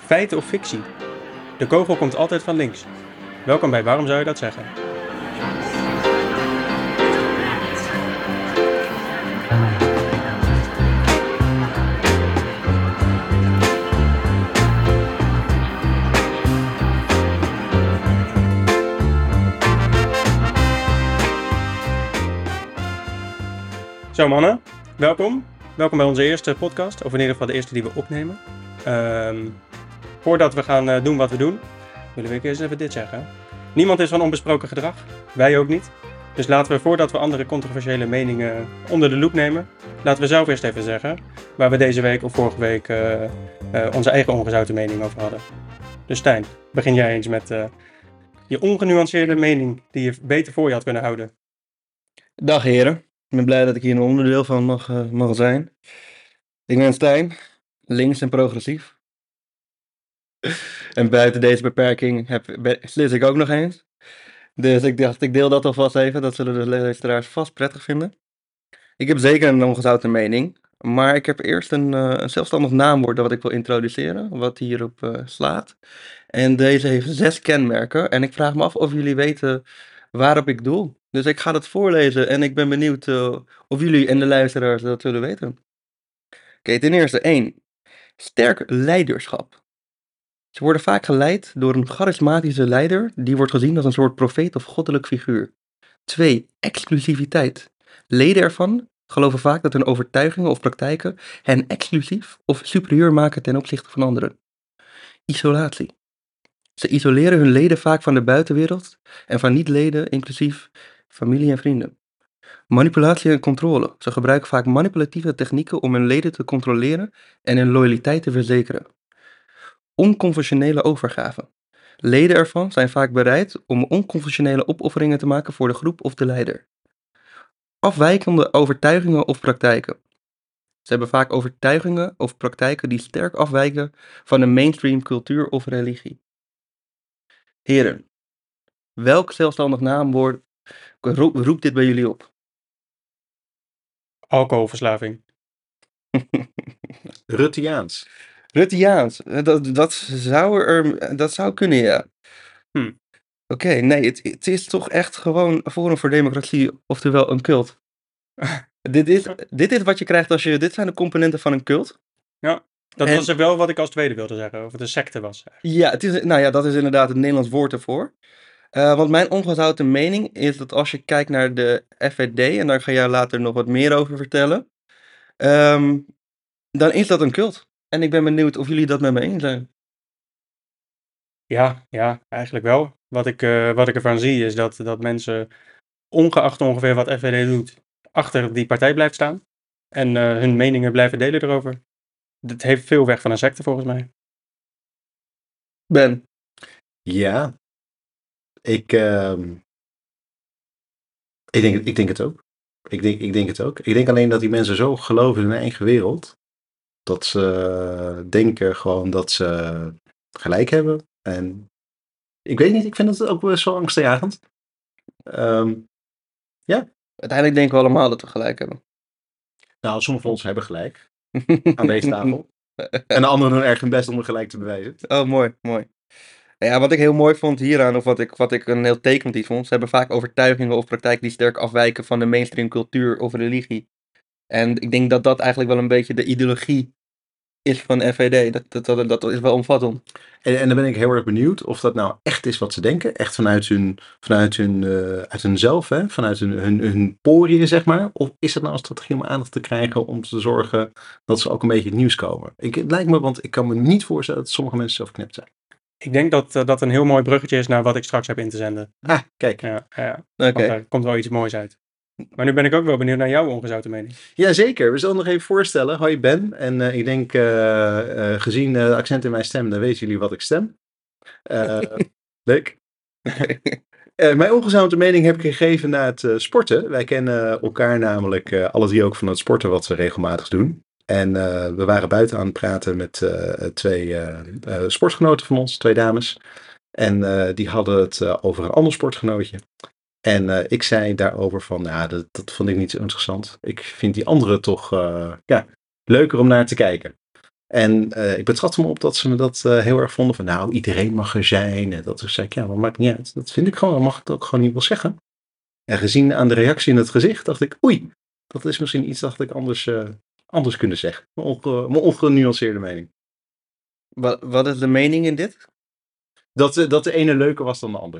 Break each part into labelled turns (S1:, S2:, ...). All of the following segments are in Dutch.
S1: Feiten of fictie? De kogel komt altijd van links. Welkom bij Waarom zou je dat zeggen? Zo mannen, welkom. Welkom bij onze eerste podcast, of in ieder geval de eerste die we opnemen. Voordat we gaan doen wat we doen, willen we eerst even dit zeggen. Niemand is van onbesproken gedrag, wij ook niet. Dus laten we, voordat we andere controversiële meningen onder de loep nemen, laten we zelf eerst even zeggen waar we deze week of vorige week onze eigen ongezouten mening over hadden. Dus Stijn, begin jij eens met je ongenuanceerde mening die je beter voor je had kunnen houden.
S2: Dag heren, ik ben blij dat ik hier een onderdeel van mag zijn. Ik ben Stijn, links en progressief. En buiten deze beperking slis ik ook nog eens. Dus ik dacht, ik deel dat alvast even, dat zullen de luisteraars vast prettig vinden. Ik heb zeker een ongezouten mening, maar ik heb eerst een zelfstandig naamwoord dat ik wil introduceren, wat hierop slaat. En deze heeft 6 kenmerken en ik vraag me af of jullie weten waarop ik doel. Dus ik ga het voorlezen en ik ben benieuwd of jullie en de luisteraars dat zullen weten. Oké, ten eerste 1. Sterk leiderschap. Ze worden vaak geleid door een charismatische leider die wordt gezien als een soort profeet of goddelijk figuur. 2. Exclusiviteit. Leden ervan geloven vaak dat hun overtuigingen of praktijken hen exclusief of superieur maken ten opzichte van anderen. Isolatie. Ze isoleren hun leden vaak van de buitenwereld en van niet-leden, inclusief familie en vrienden. Manipulatie en controle. Ze gebruiken vaak manipulatieve technieken om hun leden te controleren en hun loyaliteit te verzekeren. Onconventionele overgave. Leden ervan zijn vaak bereid om onconventionele opofferingen te maken voor de groep of de leider. Afwijkende overtuigingen of praktijken. Ze hebben vaak overtuigingen of praktijken die sterk afwijken van de mainstream cultuur of religie. Heren, welk zelfstandig naamwoord roept dit bij jullie op?
S1: Alcoholverslaving.
S3: Ruttiaans.
S2: Ruttiaans, dat zou kunnen, ja. Oké, nee, het is toch echt gewoon Forum voor Democratie, oftewel een cult. Dit is wat je krijgt dit zijn de componenten van een cult.
S1: Ja, dat was er wel wat ik als tweede wilde zeggen, of het een secte was.
S2: Ja, dat is inderdaad het Nederlands woord ervoor. Want mijn ongezouten mening is dat als je kijkt naar de FVD, en daar ga jij later nog wat meer over vertellen, dan is dat een cult. En ik ben benieuwd of jullie dat met me eens zijn.
S1: Ja, eigenlijk wel. Wat ik ervan zie is dat mensen, ongeacht ongeveer wat FVD doet, achter die partij blijft staan. En hun meningen blijven delen erover. Het heeft veel weg van een secte volgens mij.
S2: Ben.
S3: Ja. Ik denk het ook. Ik denk het ook. Ik denk alleen dat die mensen zo geloven in hun eigen wereld, dat ze denken gewoon dat ze gelijk hebben. En ik weet niet, ik vind het ook best wel angstaanjagend. Ja.
S2: Uiteindelijk denken we allemaal dat we gelijk hebben.
S3: Nou, sommige van ons hebben gelijk aan deze tafel. En de anderen doen erg hun best om het gelijk te bewijzen.
S2: Oh, mooi. Ja, wat ik heel mooi vond hieraan, of wat ik een heel tekenend iets vond, ze hebben vaak overtuigingen of praktijken die sterk afwijken van de mainstream cultuur of religie. En ik denk dat dat eigenlijk wel een beetje de ideologie is van FVD. Dat is wel omvattend.
S3: En dan ben ik heel erg benieuwd of dat nou echt is wat ze denken. Echt vanuit hunzelf, hè? Vanuit hun poriën, zeg maar. Of is dat nou een strategie om aandacht te krijgen om te zorgen dat ze ook een beetje in het nieuws komen? Het lijkt me, want ik kan me niet voorstellen dat sommige mensen zelf knipt zijn.
S1: Ik denk dat dat een heel mooi bruggetje is naar wat ik straks heb in te zenden.
S3: Ah, kijk.
S1: Ja.
S2: Okay.
S1: Er komt wel iets moois uit. Maar nu ben ik ook wel benieuwd naar jouw ongezouten mening.
S3: Jazeker, we zullen nog even voorstellen. Hoi, Ben. En ik denk, gezien de accent in mijn stem, dan weten jullie wat ik stem. Leuk. Mijn ongezouten mening heb ik gegeven naar het sporten. Wij kennen elkaar namelijk alle drie ook van het sporten wat we regelmatig doen. En we waren buiten aan het praten met 2 sportgenoten van ons, 2 dames. En die hadden het over een ander sportgenootje. En ik zei daarover van, dat vond ik niet zo interessant. Ik vind die andere toch leuker om naar te kijken. En ik betrapte me op dat ze me dat heel erg vonden. Van nou, iedereen mag er zijn. En dat zei ik, ja, dat maakt niet uit. Dat vind ik gewoon, dat mag ik ook gewoon niet wel zeggen. En gezien aan de reactie in het gezicht, dacht ik, oei, dat is misschien iets dat ik anders kunnen zeggen. Mijn ongenuanceerde mening.
S2: Wat is de mening in dit?
S3: Dat de ene leuker was dan de ander.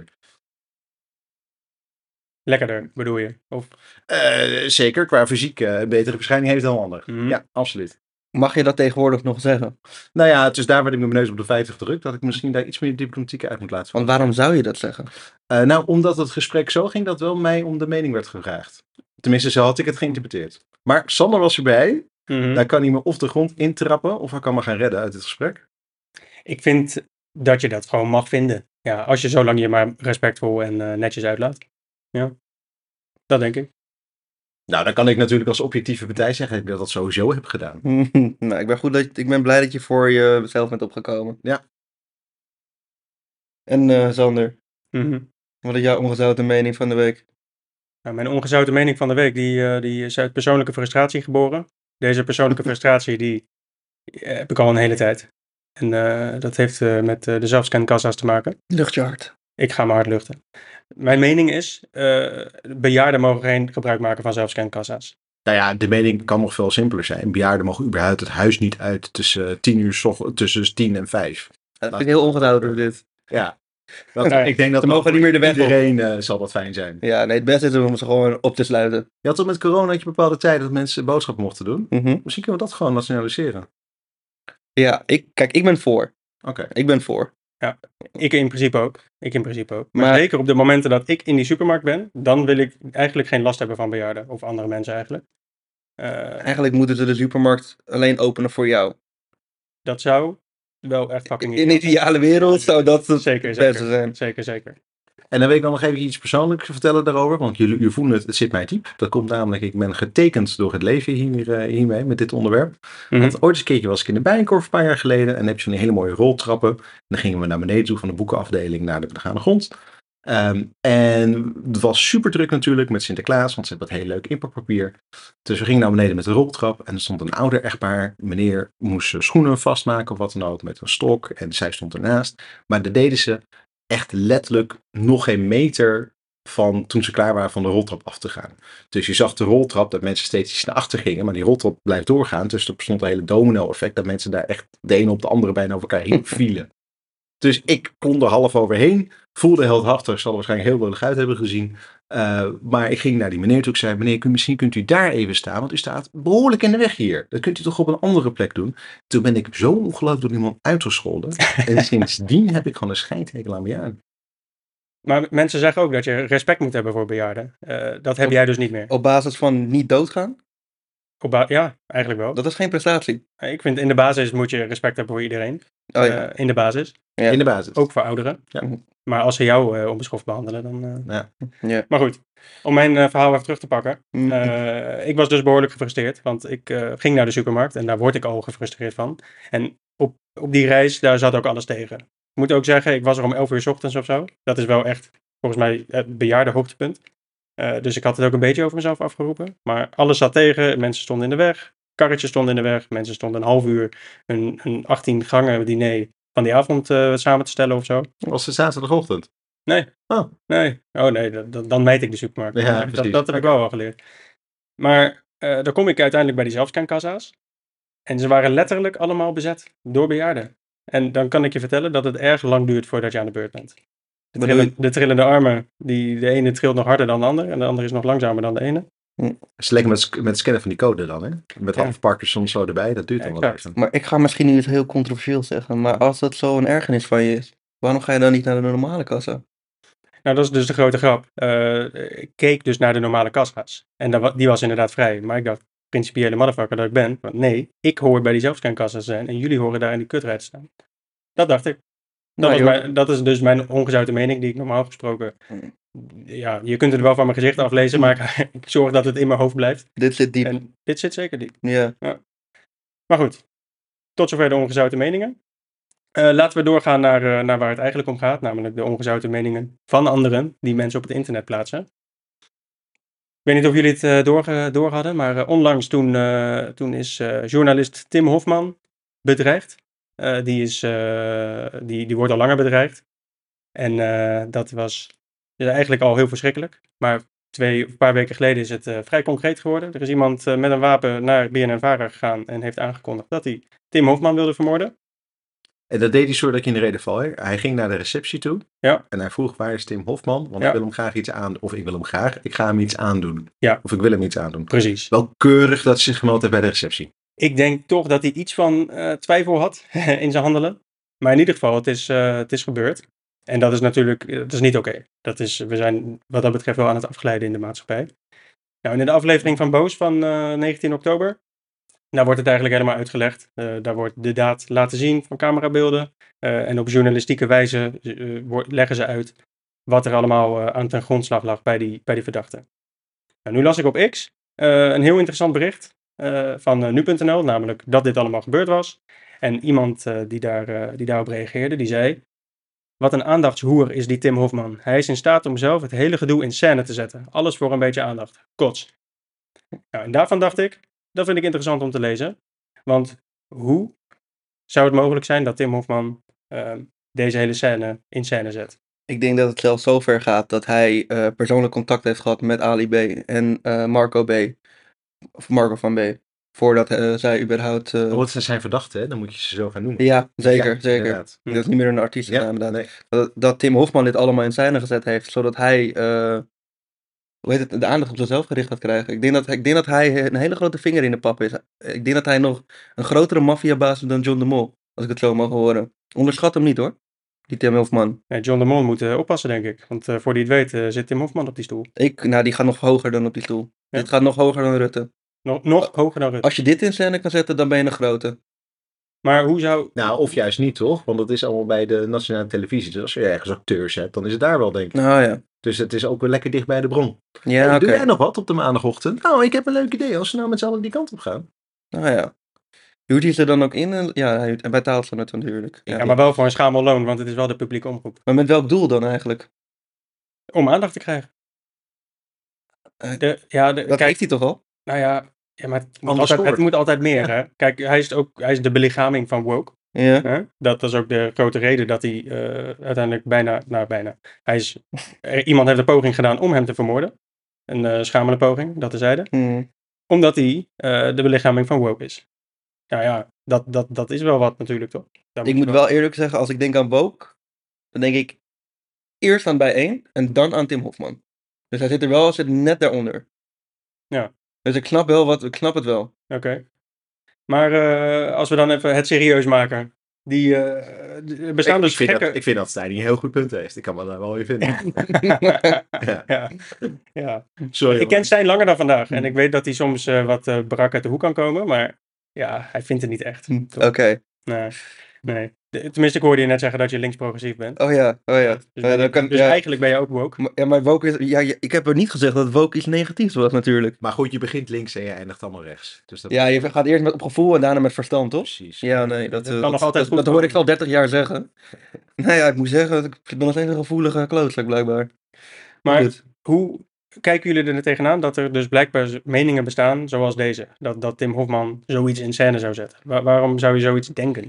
S1: Lekkerder, bedoel je? Of,
S3: Zeker, qua fysiek een betere verschijning heeft dan de ander.
S1: Mhm.
S3: Ja, absoluut.
S2: Mag je dat tegenwoordig nog zeggen?
S3: Nou ja, dus daar werd ik met mijn neus op de feiten gedrukt. Dat ik misschien daar iets meer diplomatiek uit moet laten
S2: Want
S3: vallen.
S2: waarom zou je dat zeggen?
S3: Nou, omdat het gesprek zo ging dat wel mij om de mening werd gevraagd. Tenminste, zo had ik het geïnterpreteerd. Maar Sander was erbij.
S1: Mhm.
S3: Daar kan hij me of de grond intrappen of hij kan me gaan redden uit dit gesprek.
S1: Ik vind dat je dat gewoon mag vinden. Ja, als je zolang je maar respectvol en netjes uitlaat. Ja, dat denk ik.
S3: Nou, dan kan ik natuurlijk als objectieve partij zeggen dat ik dat sowieso heb gedaan.
S2: Nou, ik ben blij dat je voor jezelf bent opgekomen.
S3: Ja.
S2: En Sander,
S1: Mhm.
S2: wat is jouw ongezouten mening van de week?
S1: Nou, mijn ongezouten mening van de week, die is uit persoonlijke frustratie geboren. Deze persoonlijke frustratie, die heb ik al een hele tijd. En dat heeft met de zelfscankassa's te maken.
S2: Lucht je hart.
S1: Ik ga mijn hart luchten. Mijn mening is, bejaarden mogen geen gebruik maken van zelfscankassa's.
S3: Nou ja, de mening kan nog veel simpeler zijn. Bejaarden mogen überhaupt het huis niet uit tussen 10 en 5.
S2: Dat vind ik heel ongezouten dit.
S3: Ja.
S1: Nee,
S3: ik denk dat
S2: ze mogen niet meer de weg op.
S3: iedereen zal dat fijn zijn.
S2: Ja, nee, het beste is om ze gewoon op te sluiten.
S3: Je had toch met corona dat je bepaalde tijden dat mensen boodschappen mochten doen?
S2: Mhm.
S3: Misschien kunnen we dat gewoon nationaliseren.
S2: Ja, ik ben voor.
S3: Oké.
S2: Ik ben voor.
S1: Ik in principe ook. Maar
S2: Maar-
S1: zeker op de momenten dat ik in die supermarkt ben, dan wil ik eigenlijk geen last hebben van bejaarden. Of andere mensen eigenlijk.
S2: Eigenlijk moeten ze de supermarkt alleen openen voor jou.
S1: Dat zou wel echt fucking
S2: In de ideale wereld zou dat het
S1: Zeker,
S2: beste
S1: zeker.
S2: zijn.
S1: Zeker.
S3: En dan wil ik dan nog even iets persoonlijks vertellen daarover. Want jullie voelen het zit mij diep. Dat komt namelijk, ik ben getekend door het leven hiermee, met dit onderwerp.
S1: Mhm.
S3: Want ooit eens een keertje was ik in de Bijenkorf een paar jaar geleden. En dan heb je van die hele mooie roltrappen. En dan gingen we naar beneden toe van de boekenafdeling naar de begane grond. En het was super druk natuurlijk met Sinterklaas, want ze hebben dat heel leuk inpakpapier. Dus we gingen naar beneden met de roltrap en er stond een ouder echtpaar. Meneer moest zijn schoenen vastmaken of wat dan ook met een stok en zij stond ernaast. Maar dat deden ze echt letterlijk nog geen meter van toen ze klaar waren van de roltrap af te gaan. Dus je zag de roltrap dat mensen steeds iets naar achter gingen, maar die roltrap blijft doorgaan. Dus er bestond een hele domino effect dat mensen daar echt de ene op de andere bijna over elkaar heen vielen. Dus ik kon er half overheen, voelde heldhaftig, zal er waarschijnlijk heel lullig uit hebben gezien. Maar ik ging naar die meneer toe, ik zei, meneer, misschien kunt u daar even staan, want u staat behoorlijk in de weg hier. Dat kunt u toch op een andere plek doen. Toen ben ik zo ongelooflijk door iemand uitgescholden. En sindsdien heb ik gewoon een scheidhekel aan bejaarden.
S1: Maar mensen zeggen ook dat je respect moet hebben voor bejaarden. Dat heb jij dus niet meer.
S2: Op basis van niet doodgaan?
S1: Ja, eigenlijk wel.
S2: Dat is geen prestatie.
S1: Ik vind in de basis moet je respect hebben voor iedereen.
S2: Oh ja.
S1: In de basis.
S2: Ja.
S3: In de basis.
S1: Ook voor ouderen.
S3: Ja.
S1: Maar als ze jou onbeschoft behandelen, dan...
S3: Ja.
S2: Ja.
S1: Maar goed, om mijn verhaal even terug te pakken.
S2: Mm.
S1: Ik was dus behoorlijk gefrustreerd, want ik ging naar de supermarkt en daar word ik al gefrustreerd van. En op die reis, daar zat ook alles tegen. Ik moet ook zeggen, ik was er om 11 uur 's ochtends of zo. Dat is wel echt, volgens mij, het bejaarde hoogtepunt. Dus ik had het ook een beetje over mezelf afgeroepen. Maar alles zat tegen, mensen stonden in de weg, karretjes stonden in de weg, mensen stonden een half uur een 18 gangen diner van die avond samen te stellen of zo.
S3: Was het zaterdagochtend?
S1: Nee.
S3: Oh.
S1: Nee. Oh nee, dan meet ik de supermarkt.
S3: Ja,
S1: dat
S3: precies.
S1: heb ik wel al geleerd. Maar dan kom ik uiteindelijk bij die zelfscankassa's. En ze waren letterlijk allemaal bezet door bejaarden. En dan kan ik je vertellen dat het erg lang duurt voordat je aan de beurt bent. De trillende armen, de ene trilt nog harder dan de ander. En de andere is nog langzamer dan de ene.
S3: Het is lekker met het scannen van die code dan, hè? Met
S1: Ja.
S3: half Parkinson zo erbij, dat duurt dan wel
S1: Exact.
S3: even.
S2: Maar ik ga misschien nu iets heel controversieels zeggen. Maar als dat zo'n ergernis van je is, waarom ga je dan niet naar de normale kassa?
S1: Nou, dat is dus de grote grap. Ik keek dus naar de normale kassa's. En die was inderdaad vrij. Maar ik dacht, principiële motherfucker dat ik ben. Want nee, ik hoor bij die zelfscankassa's te zijn. En jullie horen daar in die kutrij te staan. Dat dacht ik. Dat is dus mijn ongezouten mening die ik normaal gesproken... Ja, je kunt het wel van mijn gezicht aflezen, maar ik zorg dat het in mijn hoofd blijft.
S2: Dit zit diep.
S1: En dit zit zeker diep.
S2: Ja.
S1: Maar goed, tot zover de ongezouten meningen. Laten we doorgaan naar waar het eigenlijk om gaat, namelijk de ongezouten meningen van anderen die mensen op het internet plaatsen. Ik weet niet of jullie het door hadden, maar onlangs toen is journalist Tim Hofman bedreigd. Die wordt al langer bedreigd. En dat is eigenlijk al heel verschrikkelijk. Maar een paar weken geleden is het vrij concreet geworden. Er is iemand met een wapen naar BNNVARA gegaan en heeft aangekondigd dat hij Tim Hofman wilde vermoorden.
S3: En dat deed hij zo dat ik in de reden val. Hè. Hij ging naar de receptie toe.
S1: Ja.
S3: En hij vroeg, waar is Tim Hofman? Want
S1: Ja.
S3: ik wil hem graag iets aandoen. Of ik ga hem iets aandoen.
S1: Ja.
S3: Of ik wil hem iets aandoen.
S1: Precies.
S3: Wel keurig dat hij zich gemeld heeft bij de receptie.
S1: Ik denk toch dat hij iets van twijfel had in zijn handelen. Maar in ieder geval, het is gebeurd. En dat is natuurlijk dat is niet oké. We zijn wat dat betreft wel aan het afglijden in de maatschappij. Nou, en in de aflevering van Boos van 19 oktober, daar wordt het eigenlijk helemaal uitgelegd. Daar wordt de daad laten zien van camerabeelden. En op journalistieke wijze leggen ze uit wat er allemaal aan ten grondslag lag bij die verdachte. Nou, nu las ik op X een heel interessant bericht van nu.nl, namelijk dat dit allemaal gebeurd was. En iemand die daarop reageerde, die zei: wat een aandachtshoer is die Tim Hofman. Hij is in staat om zelf het hele gedoe in scène te zetten. Alles voor een beetje aandacht. Kots. Nou, en daarvan dacht ik, dat vind ik interessant om te lezen. Want hoe zou het mogelijk zijn dat Tim Hofman deze hele scène in scène zet?
S2: Ik denk dat het zelfs zo ver gaat dat hij persoonlijk contact heeft gehad met Ali B. en Marco B. Of Marco van B. Voordat zij überhaupt...
S3: Want ze zijn verdachten, hè? Dan moet je ze zo gaan noemen.
S2: Ja, zeker,
S3: Ja,
S2: zeker.
S3: inderdaad.
S2: Dat is niet meer een artiest
S3: Ja,
S2: inderdaad.
S3: nee.
S2: Dat Tim Hofman dit allemaal in scène gezet heeft, zodat hij de aandacht op zichzelf gericht gaat krijgen. Ik denk dat hij een hele grote vinger in de pap is. Ik denk dat hij nog een grotere maffiabaas is dan John de Mol, als ik het zo mag horen. Onderschat hem niet hoor, die Tim Hofman.
S1: Ja, John de Mol moet oppassen, denk ik. Want voor die het weet zit Tim Hofman op die stoel.
S2: Die gaat nog hoger dan op die stoel.
S1: Ja?
S2: Dit gaat nog hoger dan Rutte.
S1: Nog hoger dan Rutte.
S2: Als je dit in scène kan zetten, dan ben je een grote.
S1: Maar hoe zou...
S3: Nou, of juist niet, toch? Want dat is allemaal bij de nationale televisie. Dus als je ergens acteurs hebt, dan is het daar wel, denk ik.
S2: Nou ja.
S3: Dus het is ook weer lekker dicht bij de bron.
S2: Ja,
S3: Hey,
S2: oké.
S3: doe jij nog wat op de maandagochtend? Nou, ik heb een leuk idee. Als we nou met z'n allen die kant op gaan.
S2: Nou ja. Huurt hij ze dan ook in? Ja, hij betaalt ze natuurlijk.
S1: Ja, maar wel voor een schamel loon, want het is wel de publieke omroep.
S2: Maar met welk doel dan eigenlijk?
S1: Om aandacht te krijgen.
S2: Dat
S1: Kijk,
S2: heeft hij toch al?
S1: nou ja, maar
S3: Ander
S1: het
S3: soort.
S1: moet altijd meer, hè. Kijk, hij is de belichaming van woke.
S2: Ja.
S1: Hè? Dat is ook de grote reden dat hij uiteindelijk bijna... Iemand heeft een poging gedaan om hem te vermoorden. Een schamele poging, dat terzijde. Omdat hij de belichaming van woke is. Nou ja, dat is wel wat natuurlijk, toch?
S2: Ik moet wel eerlijk zeggen, als ik denk aan woke, dan denk ik eerst aan Bijeen en dan aan Tim Hofman. Dus hij zit net daaronder.
S1: Ja.
S2: Dus ik snap het wel.
S1: Oké. Maar als we dan even het serieus maken. Er bestaan dus gekke...
S3: Ik vind dat Stijn een heel goed punt heeft. Ik kan me daar wel in vinden. Ja.
S1: Ja.
S3: Sorry.
S1: Ik ken Stijn langer dan vandaag. En ik weet dat hij soms wat brak uit de hoek kan komen. Maar ja, hij vindt het niet echt.
S2: Oké.
S1: Nee. Tenminste, ik hoorde je net zeggen dat je links-progressief bent.
S2: Oh ja.
S1: Dus eigenlijk ben je ook woke.
S2: Maar woke is... Ja, ik heb er niet gezegd dat woke iets negatiefs was natuurlijk.
S3: Maar goed, je begint links en je eindigt allemaal rechts. Dus dat...
S2: Ja, je gaat eerst op gevoel en daarna met verstand, toch?
S3: Precies.
S2: Ja, nee, dat
S1: kan nog altijd goed
S2: dat hoor ik
S1: komen.
S2: al 30 jaar zeggen. Nou ja, ik moet zeggen, ik ben nog steeds een gevoelige klootzak blijkbaar.
S1: Maar
S2: Goed.
S1: hoe kijken jullie er tegenaan dat er dus blijkbaar meningen bestaan zoals deze? Dat Tim Hofman zoiets in scène zou zetten. Waarom zou je zoiets denken?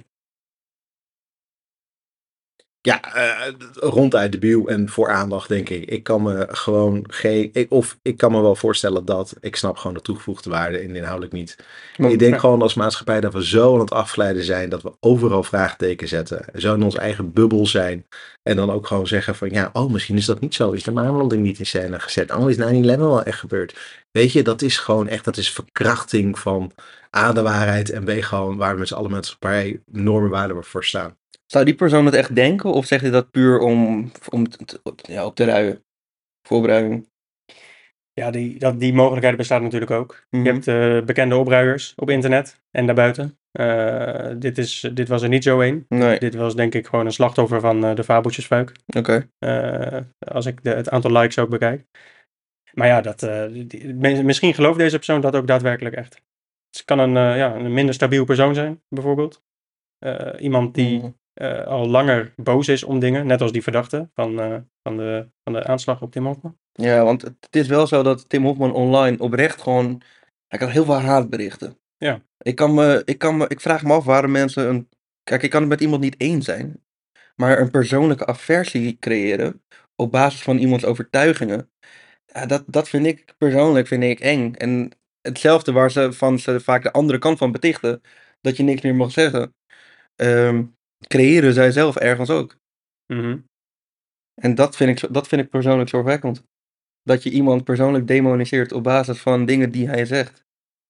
S3: Ja, ronduit debiel en voor aandacht, denk ik. Ik kan me gewoon ik kan me wel voorstellen dat ik snap gewoon de toegevoegde waarde inhoudelijk niet. Ik denk gewoon als maatschappij dat we zo aan het afglijden zijn dat we overal vraagteken zetten. Zo in onze eigen bubbel zijn. En dan ook gewoon zeggen van ja, misschien is dat niet zo. Is de maanlanding niet in scène gezet? Is 9/11 wel echt gebeurd? Weet je, dat is gewoon echt, dat is verkrachting van A, de waarheid en B, gewoon waar we met z'n allen maatschappij normen waarden we voor staan.
S2: Zou die persoon het echt denken of zegt hij dat puur om op te ruien? Voorbereiding.
S1: Ja, die mogelijkheid bestaat natuurlijk ook.
S2: Mhm.
S1: Je hebt bekende opruiers op internet en daarbuiten. Dit was er niet zo een.
S2: Nee,
S1: Dit was denk ik gewoon een slachtoffer van de fabeltjesfuik.
S2: oké.
S1: Als ik het aantal likes ook bekijk. Maar ja, misschien gelooft deze persoon dat ook daadwerkelijk echt. Het kan een minder stabiel persoon zijn, bijvoorbeeld. Iemand die
S2: Mhm.
S1: al langer boos is om dingen, net als die verdachte van de aanslag op Tim Hofman.
S2: Ja, want het is wel zo dat Tim Hofman online oprecht gewoon... Hij krijgt heel veel haatberichten.
S1: Ja.
S2: Ik vraag me af waarom mensen Kijk, ik kan het met iemand niet eens zijn, maar een persoonlijke aversie creëren op basis van iemands overtuigingen, ja, dat vind ik persoonlijk eng. En hetzelfde waar ze vaak de andere kant van betichten, dat je niks meer mag zeggen, ehm, creëren zij zelf ergens ook.
S1: Mhm.
S2: En dat vind ik persoonlijk zorgwekkend. Dat je iemand persoonlijk demoniseert op basis van dingen die hij zegt.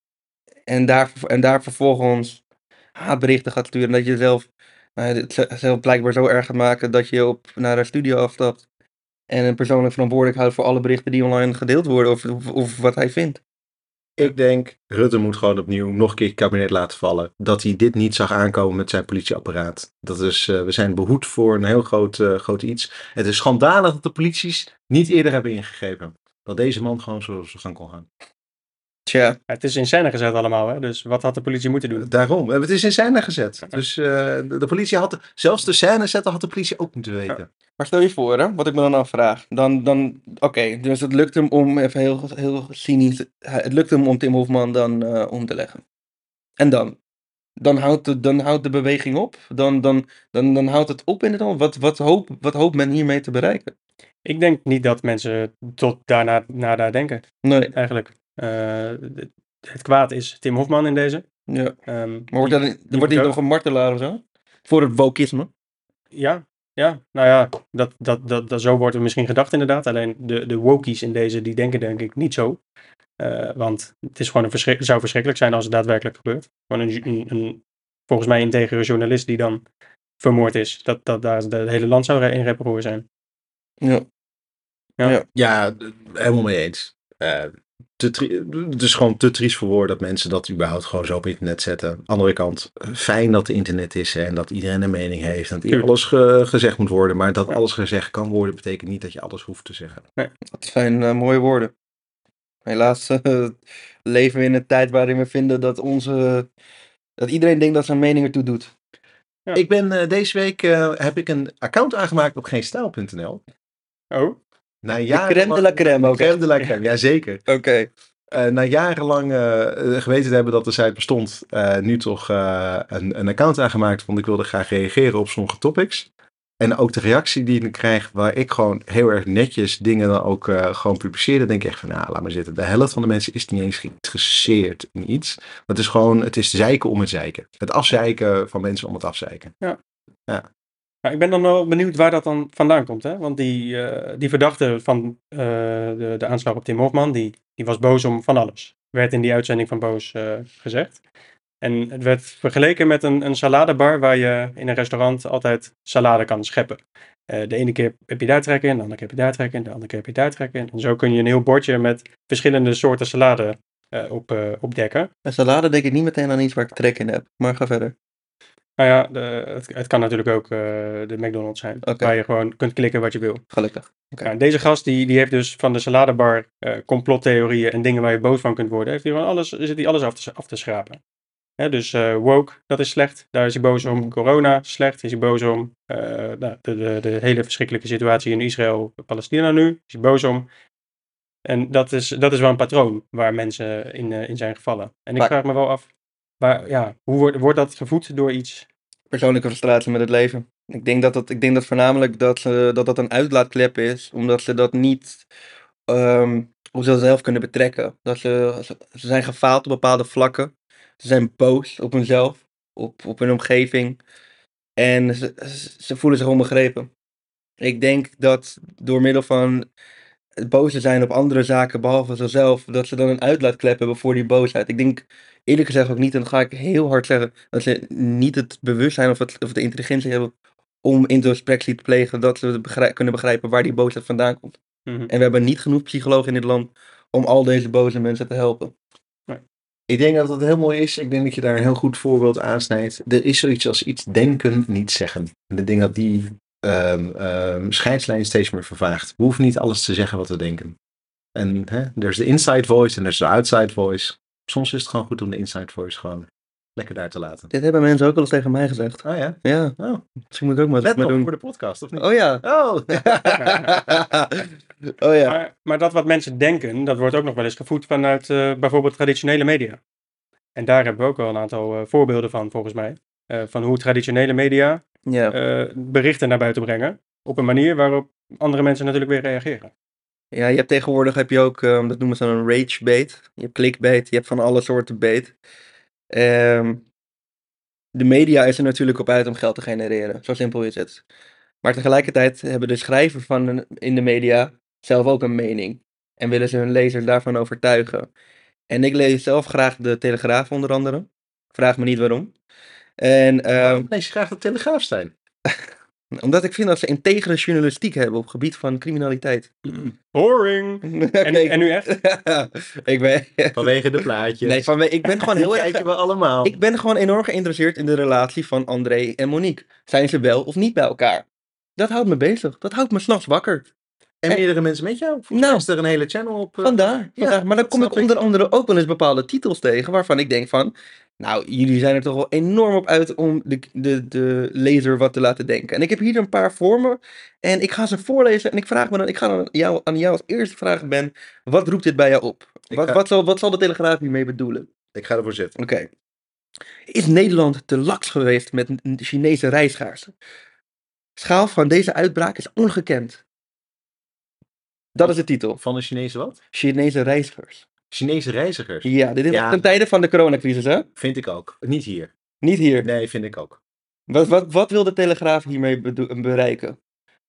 S2: En daar vervolgens haatberichten gaat sturen. En dat je zelf blijkbaar zo erg gaat maken dat je naar een studio afstapt. En een persoonlijk verantwoordelijk houdt voor alle berichten die online gedeeld worden. Of wat hij vindt.
S3: Ik denk, Rutte moet gewoon opnieuw nog een keer het kabinet laten vallen. Dat hij dit niet zag aankomen met zijn politieapparaat. Dat is, we zijn behoed voor een heel groot iets. Het is schandalig dat de polities niet eerder hebben ingegrepen. Dat deze man gewoon zo zijn gang kon gaan.
S2: Tja,
S1: Ja, het is in scène gezet allemaal, hè? Dus wat had de politie moeten doen?
S3: Daarom. Het is in scène gezet. Dus de politie had, zelfs de scène zetten had de politie ook moeten weten.
S2: maar stel je voor, hè, wat ik me dan afvraag. Oké, dus het lukt hem om, even heel cynisch, het lukt hem om Tim Hofman dan om te leggen. En dan? Dan houdt de beweging op? Dan houdt het op in het al? Wat hoopt men hiermee te bereiken?
S1: Ik denk niet dat mensen tot daarna denken,
S2: Nee,
S1: eigenlijk. Het kwaad is Tim Hofman in deze.
S2: ja.
S1: Ehm,
S2: Maar wordt
S1: die-
S2: hij
S1: die
S2: wordt hij
S1: moet
S2: nog een martelaar of zo? Voor het wokisme?
S1: Ja, nou ja, zo wordt er misschien gedacht inderdaad. Alleen de wokies in deze, die denken denk ik niet zo. Want het is gewoon het zou verschrikkelijk zijn als het daadwerkelijk gebeurt. Gewoon een volgens mij integere journalist die dan vermoord is. Dat daar het hele land zou in rep roer zijn.
S2: Ja.
S3: Ja, helemaal mee eens. Het is gewoon te triest voor woorden dat mensen dat überhaupt gewoon zo op internet zetten. Andere kant, fijn dat er internet is en dat iedereen een mening heeft. En dat
S1: Tuurlijk.
S3: alles gezegd moet worden. Maar dat
S1: Ja.
S3: alles gezegd kan worden, betekent niet dat je alles hoeft te zeggen.
S2: Dat zijn mooie woorden. Helaas leven we in een tijd waarin we vinden dat dat iedereen denkt dat zijn mening ertoe doet.
S1: Ja.
S3: Ik ben deze week heb ik een account aangemaakt op geenstijl.nl.
S1: Oh,
S3: Na
S2: De crème de la crème ook.
S3: Crème de la crème, jazeker.
S2: Oké.
S3: Na jarenlang geweten te hebben dat de site bestond, nu toch een account aangemaakt, want ik wilde graag reageren op sommige topics. En ook de reactie die ik krijg, waar ik gewoon heel erg netjes dingen dan ook gewoon publiceerde, denk ik echt van, nou, laat maar zitten. De helft van de mensen is niet eens geïnteresseerd in iets. Het is gewoon, het is zeiken om het zeiken. Het afzeiken van mensen om het afzeiken.
S1: nou, ik ben dan wel benieuwd waar dat dan vandaan komt. Hè? Want die verdachte van de aanslag op Tim Hofman, die was boos om van alles. Werd in die uitzending van Boos gezegd. En het werd vergeleken met een saladebar waar je in een restaurant altijd salade kan scheppen. De ene keer heb je daar trek in, de andere keer heb je daar trek in, de andere keer heb je daar trek in. En zo kun je een heel bordje met verschillende soorten salade opdekken.
S2: Een salade denk ik niet meteen aan iets waar ik trek in heb. Maar ga verder.
S1: Nou ja, het kan natuurlijk ook de McDonald's zijn,
S2: Oké.
S1: waar je gewoon kunt klikken wat je wil.
S2: Gelukkig. Oké.
S1: Nou, deze gast die heeft dus van de saladebar complottheorieën en dingen waar je boos van kunt worden, heeft hij gewoon zit hij alles af te schrapen. Hè, dus woke, dat is slecht, daar is hij boos om. Corona, slecht, is hij boos om. De hele verschrikkelijke situatie in Israël, Palestina nu, is hij boos om. En dat is wel een patroon waar mensen in zijn gevallen. En ik
S2: Maar-
S1: vraag me wel af, hoe wordt dat gevoed door iets?
S2: Persoonlijke frustratie met het leven. Ik denk dat voornamelijk dat een uitlaatklep is, omdat ze dat niet op zichzelf kunnen betrekken. Dat ze zijn gefaald op bepaalde vlakken. Ze zijn boos op hunzelf, op hun omgeving. En ze voelen zich onbegrepen. Ik denk dat door middel van het boos te zijn op andere zaken behalve zichzelf, dat ze dan een uitlaatklep hebben voor die boosheid. Ik denk eerlijk gezegd ook niet, en dat ga ik heel hard zeggen, dat ze niet het bewustzijn of de intelligentie hebben om introspectie te plegen, dat ze kunnen begrijpen waar die boosheid vandaan komt.
S1: Mhm.
S2: En we hebben niet genoeg psychologen in dit land om al deze boze mensen te helpen.
S3: Ik denk dat dat heel mooi is. Ik denk dat je daar een heel goed voorbeeld aansnijdt. Er is zoiets als iets denken, niet zeggen. En ik denk dat die scheidslijn steeds meer vervaagt. We hoeven niet alles te zeggen wat we denken. En er is de inside voice en er is de outside voice. Soms is het gewoon goed om de inside voice gewoon lekker daar te laten.
S2: Dit hebben mensen ook wel eens tegen mij gezegd.
S3: Oh ja?
S2: Ja,
S3: Oh,
S2: misschien moet ik ook maar
S3: let
S2: eens mee
S3: nog
S2: doen.
S3: voor de podcast, of niet?
S2: Oh ja.
S3: Oh.
S2: Oh ja.
S1: Maar dat wat mensen denken, dat wordt ook nog wel eens gevoed vanuit bijvoorbeeld traditionele media. En daar hebben we ook wel een aantal voorbeelden van, volgens mij. Van hoe traditionele media berichten naar buiten brengen. Op een manier waarop andere mensen natuurlijk weer reageren.
S2: Ja, je hebt tegenwoordig ook, dat noemen ze dan een rage bait. Je hebt clickbait, je hebt van alle soorten bait. Ehm, de media is er natuurlijk op uit om geld te genereren. Zo simpel is het. Maar tegelijkertijd hebben de schrijvers in de media zelf ook een mening. En willen ze hun lezers daarvan overtuigen. En ik lees zelf graag de Telegraaf onder andere. Vraag me niet waarom. En
S3: lees je graag de Telegraaf, Stijn?
S2: omdat ik vind dat ze integere journalistiek hebben op het gebied van criminaliteit.
S1: Boring!
S2: Oké.
S1: En nu echt?
S2: Ik ben...
S3: Vanwege de plaatjes.
S2: Nee, ik ben gewoon heel
S3: Die
S2: erg...
S3: kijken we allemaal.
S2: Ik ben gewoon enorm geïnteresseerd in de relatie van André en Monique. Zijn ze wel of niet bij elkaar? Dat houdt me bezig. Dat houdt me 's nachts wakker.
S3: En meerdere mensen met jou? Volgens mij is er een hele channel op.
S2: Vandaar. Maar dan kom ik onder andere ook wel eens bepaalde titels tegen waarvan ik denk van... Nou, jullie zijn er toch wel enorm op uit om de lezer wat te laten denken. En ik heb hier een paar voor me. En ik ga ze voorlezen en ik ga dan aan jou als eerste vragen, Ben. Wat roept dit bij jou op? Wat zal de Telegraaf hiermee bedoelen?
S3: Ik ga ervoor zitten.
S2: Oké. Is Nederland te laks geweest met Chinese reisgaarsen? Schaal van deze uitbraak is ongekend. Dat is de titel.
S3: Van de Chinese wat?
S2: Chinese reizigers.
S3: Chinese reizigers.
S2: Ja, dit is
S3: Ja.
S2: ten tijde van de coronacrisis, hè?
S3: Vind ik ook. Niet hier.
S2: Niet hier.
S3: Nee, vind ik ook.
S2: Wat wil de Telegraaf hiermee bereiken?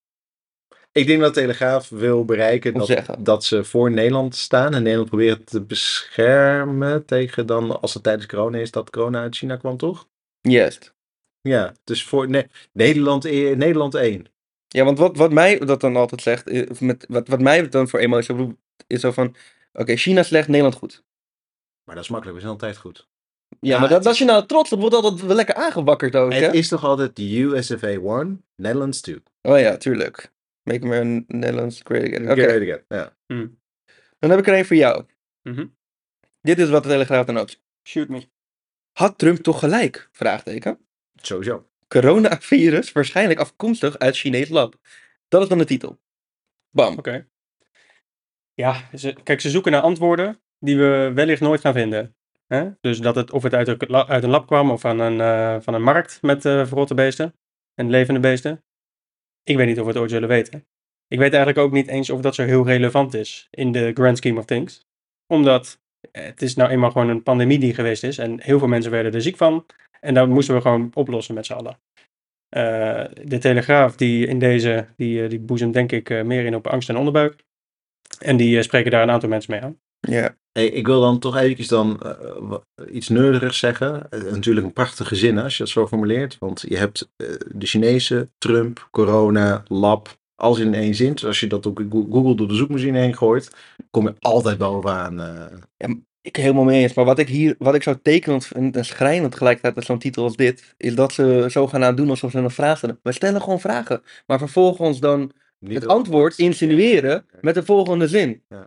S3: Ik denk dat de Telegraaf wil bereiken dat ze voor Nederland staan. En Nederland proberen te beschermen tegen dan, als het tijdens corona is, dat corona uit China kwam, toch?
S2: Juist.
S3: Ja, dus voor Nederland 1.
S2: Ja, want wat mij dat dan altijd zegt, wat mij dan voor emotie roept, is zo van, oké, China slecht, Nederland goed.
S3: Maar dat is makkelijk, we zijn altijd goed.
S2: Ja, maar als je nou trots op wordt, altijd wel lekker aangewakkerd ook, hè?
S3: Het is toch altijd de USFA 1, Netherlands 2.
S2: Oh ja, tuurlijk. Make me Netherlands great again. Oké.
S3: Great again, ja.
S2: Dan heb ik er een voor jou.
S1: Mhm.
S2: Dit is wat de Telegraaf dan ook.
S1: Shoot me.
S2: Had Trump toch gelijk? Vraagteken.
S3: Sowieso.
S2: Coronavirus waarschijnlijk afkomstig uit Chinees lab. Dat is dan de titel. Bam.
S1: Oké. Ja, kijk, ze zoeken naar antwoorden die we wellicht nooit gaan vinden. Hè? Dus of het uit een lab kwam of van een markt met verrotte beesten en levende beesten. Ik weet niet of we het ooit zullen weten. Ik weet eigenlijk ook niet eens of dat zo heel relevant is in de grand scheme of things. Omdat het is nou eenmaal gewoon een pandemie die geweest is en heel veel mensen werden er ziek van. En dat moesten we gewoon oplossen met z'n allen. De Telegraaf die boezemt denk ik meer in op angst en onderbuik. En die spreken daar een aantal mensen mee aan.
S2: Ja.
S3: Hey, ik wil dan toch eventjes iets neurderigs zeggen. Natuurlijk een prachtige zin als je dat zo formuleert. Want je hebt de Chinese, Trump, corona, lab, alles in één zin. Dus als je dat op Google door de zoekmachine heen gooit, kom je altijd bovenaan.
S2: Ja, ik helemaal mee eens. Maar wat ik zo tekenend vind en schrijnend tegelijkertijd met zo'n titel als dit, is dat ze zo gaan doen alsof ze een vraag stellen. We stellen gewoon vragen. Maar vervolgens dan het antwoord insinueren met de volgende zin.
S3: Ja.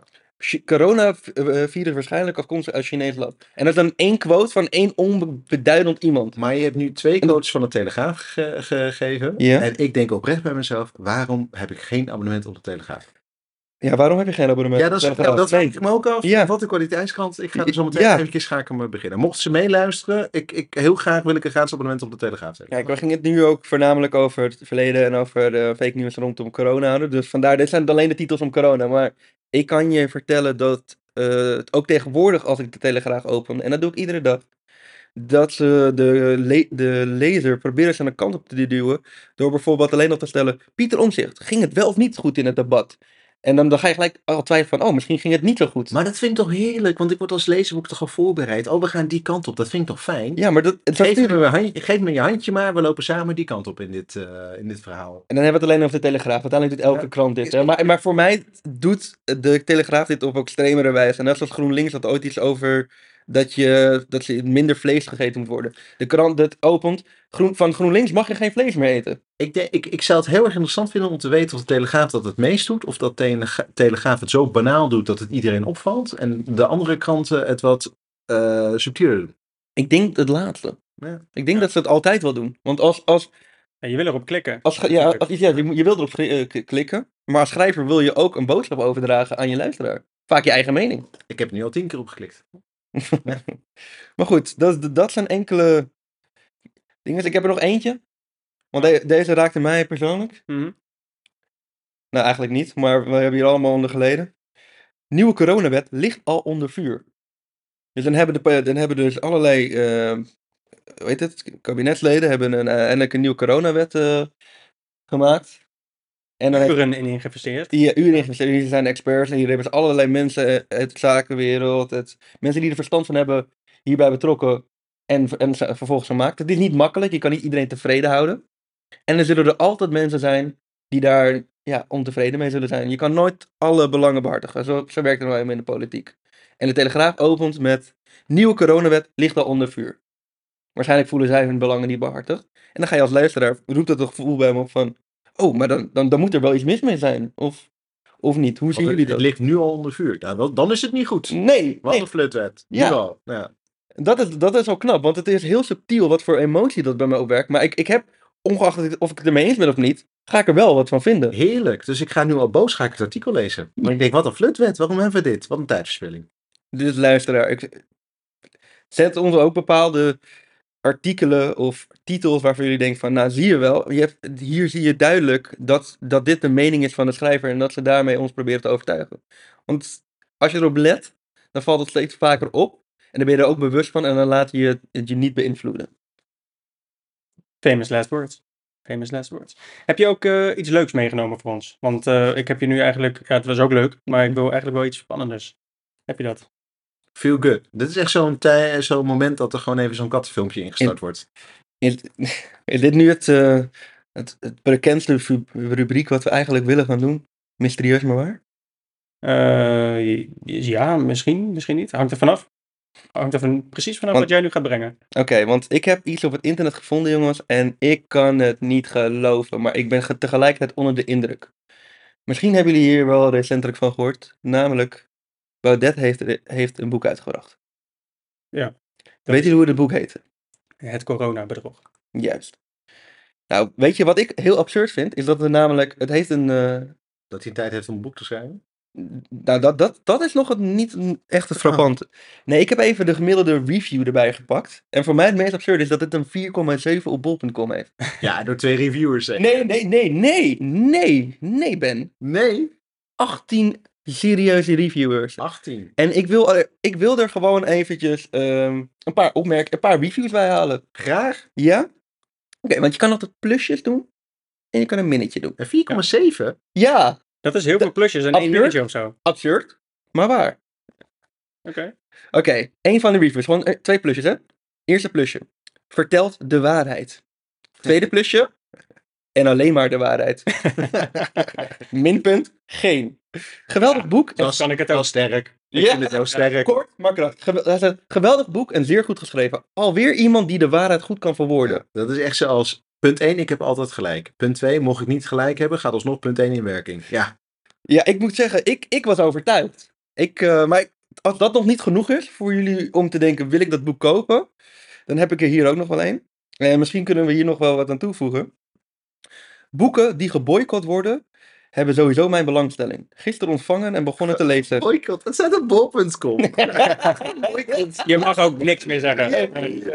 S2: Coronavirus waarschijnlijk afkomstig uit Chinees lab. En dat is dan één quote van één onbeduidend iemand.
S3: Maar je hebt nu 2 quotes van de Telegraaf gegeven.
S2: Ja.
S3: En ik denk oprecht bij mezelf, waarom heb ik geen abonnement op de Telegraaf?
S2: Ja, waarom heb je geen abonnement?
S3: Ja, dat vraag ik me ook af.
S2: Ja.
S3: Wat de kwaliteitskant. Ik ga er zo meteen eventjes beginnen. Mochten ze meeluisteren, heel graag wil ik een gratis abonnement op de Telegraaf hebben.
S2: Kijk, we gingen het nu ook voornamelijk over het verleden en over de fake news rondom corona houden. Dus vandaar, dit zijn alleen de titels om corona. Maar ik kan je vertellen dat ook tegenwoordig als ik de Telegraaf open, en dat doe ik iedere dag, dat ze de lezer proberen ze aan de kant op te duwen door bijvoorbeeld alleen nog te stellen, Pieter Omtzigt, ging het wel of niet goed in het debat? En dan ga je gelijk al twijfelen van, misschien ging het niet zo goed.
S3: Maar dat vind ik toch heerlijk, want ik word als lezer toch al voorbereid. Oh, we gaan die kant op, dat vind ik toch fijn?
S2: Ja, maar
S3: geef me je handje maar, we lopen samen die kant op in dit verhaal.
S2: En dan hebben we het alleen over de Telegraaf. Uiteindelijk doet elke krant dit. Hè? Maar voor mij doet de Telegraaf dit op extremere wijze. En net zoals GroenLinks had ooit iets over dat ze minder vlees gegeten moet worden. De krant dat opent, van GroenLinks mag je geen vlees meer eten.
S3: Ik zou het heel erg interessant vinden om te weten of de Telegraaf dat het meest doet. Of dat Telegraaf het zo banaal doet dat het iedereen opvalt. En de andere kranten het wat subtieler doen.
S2: Ik denk het laatste.
S3: Ja.
S2: Ik denk dat ze het altijd wel doen. Want als
S1: Ja, je wil erop klikken.
S2: Je wil erop klikken. Maar als schrijver wil je ook een boodschap overdragen aan je luisteraar. Vaak je eigen mening.
S3: Ik heb er nu al 10 keer op geklikt.
S2: Maar goed, dat zijn enkele dingen. Ik heb er nog eentje. Want deze raakte mij persoonlijk.
S1: Mhm.
S2: Nou, eigenlijk niet, maar we hebben hier allemaal onder geleden. Nieuwe coronawet ligt al onder vuur. Dus dan hebben dus allerlei, hoe heet het, kabinetsleden hebben eindelijk een nieuwe coronawet gemaakt. En dan heeft
S1: Uren in geïnvesteerd.
S2: die uren ingevesteerd. Hier zijn experts en hier hebben ze allerlei mensen uit de zakenwereld, mensen die er verstand van hebben, hierbij betrokken en vervolgens gemaakt. Het is niet makkelijk, je kan niet iedereen tevreden houden. En er zullen er altijd mensen zijn die daar ontevreden mee zullen zijn. Je kan nooit alle belangen behartigen. Zo werkt het nou helemaal in de politiek. En de Telegraaf opent met nieuwe coronawet ligt al onder vuur. Waarschijnlijk voelen zij hun belangen niet behartigd. En dan ga je als luisteraar, roept dat toch gevoel bij me op van, oh, maar dan moet er wel iets mis mee zijn. Of niet? Hoe zien
S3: Want
S2: jullie
S3: het
S2: dat?
S3: ligt nu al onder vuur. Nou, dan is het niet goed.
S2: Nee,
S3: Wat
S2: nee.
S3: een flutwet. Nu
S2: Ja.
S3: al. Ja.
S2: Dat is wel knap, want het is heel subtiel wat voor emotie dat bij mij opwerkt. Maar ik heb, ongeacht of ik het ermee eens ben of niet, ga ik er wel wat van vinden.
S3: Heerlijk. Dus ik ga nu al boos ga ik het artikel lezen. Maar ik denk, wat een flutwet. Waarom hebben we dit? Wat een tijdverspilling.
S2: Dus luisteraar, zet ons ook bepaalde artikelen of titels waarvan jullie denken van, nou zie je wel, hier zie je duidelijk dat dit de mening is van de schrijver en dat ze daarmee ons proberen te overtuigen. Want als je erop let, dan valt het steeds vaker op en dan ben je er ook bewust van en dan laat je het je niet beïnvloeden.
S1: Famous last words. Famous last words. Heb je ook iets leuks meegenomen voor ons? Want ik heb je nu eigenlijk... Ja, het was ook leuk, maar ik wil eigenlijk wel iets spannenders. Heb je dat?
S3: Feel good. Dit is echt zo'n moment dat er gewoon even zo'n kattenfilmpje ingestart wordt.
S2: Is dit nu het bekendste rubriek wat we eigenlijk willen gaan doen? Mysterieus maar waar?
S1: Ja, misschien niet. Hangt er vanaf. Hangt er precies vanaf wat jij nu gaat brengen.
S2: Oké, want ik heb iets op het internet gevonden, jongens, en ik kan het niet geloven, maar ik ben tegelijkertijd onder de indruk. Misschien hebben jullie hier wel recentelijk van gehoord, namelijk Baudet heeft een boek uitgebracht.
S1: Ja.
S2: Weet jullie hoe het boek heette?
S1: Het coronabedrog.
S2: Juist. Nou, weet je wat ik heel absurd vind? Is dat er namelijk, het heeft een...
S3: Dat hij tijd heeft om een boek te schrijven.
S2: Nou, dat is nog niet echt het frappante. Nee, ik heb even de gemiddelde review erbij gepakt. En voor mij het meest absurde is dat het een 4,7 op bol.com heeft.
S3: Ja, door 2 reviewers. Zeg.
S2: Nee, Ben.
S3: Nee.
S2: 18 serieuze reviewers.
S3: 18.
S2: En ik wil er gewoon eventjes een paar reviews bij halen.
S3: Graag.
S2: Ja? Oké, want je kan altijd plusjes doen. En je kan een minnetje doen.
S3: En 4,7?
S2: Ja,
S1: Dat is heel veel plusjes en één
S2: absurd.
S1: minnetje of zo.
S2: absurd. Maar waar?
S1: Oké.
S2: Oké, één van de reviews. Gewoon 2 plusjes, hè? Eerste plusje. Vertelt de waarheid. Tweede plusje. En alleen maar de waarheid. Minpunt. Geen. Geweldig boek.
S1: Zo kan ik het
S3: Wel
S1: ook.
S3: sterk. Ik
S2: Ja.
S3: vind het heel sterk.
S2: Kort, maar krachtig. Geweldig boek en zeer goed geschreven. Alweer iemand die de waarheid goed kan verwoorden.
S3: Ja, dat is echt zoals... Punt 1, ik heb altijd gelijk. Punt 2, mocht ik niet gelijk hebben, gaat alsnog punt 1 in werking. Ja.
S2: Ja, ik moet zeggen, ik was overtuigd. Als dat nog niet genoeg is voor jullie om te denken, wil ik dat boek kopen? Dan heb ik er hier ook nog wel één. En misschien kunnen we hier nog wel wat aan toevoegen. Boeken die geboycott worden, hebben sowieso mijn belangstelling. Gisteren ontvangen en begonnen te lezen.
S3: Boycott, het staat op bol.com.
S1: Je mag ook niks meer zeggen.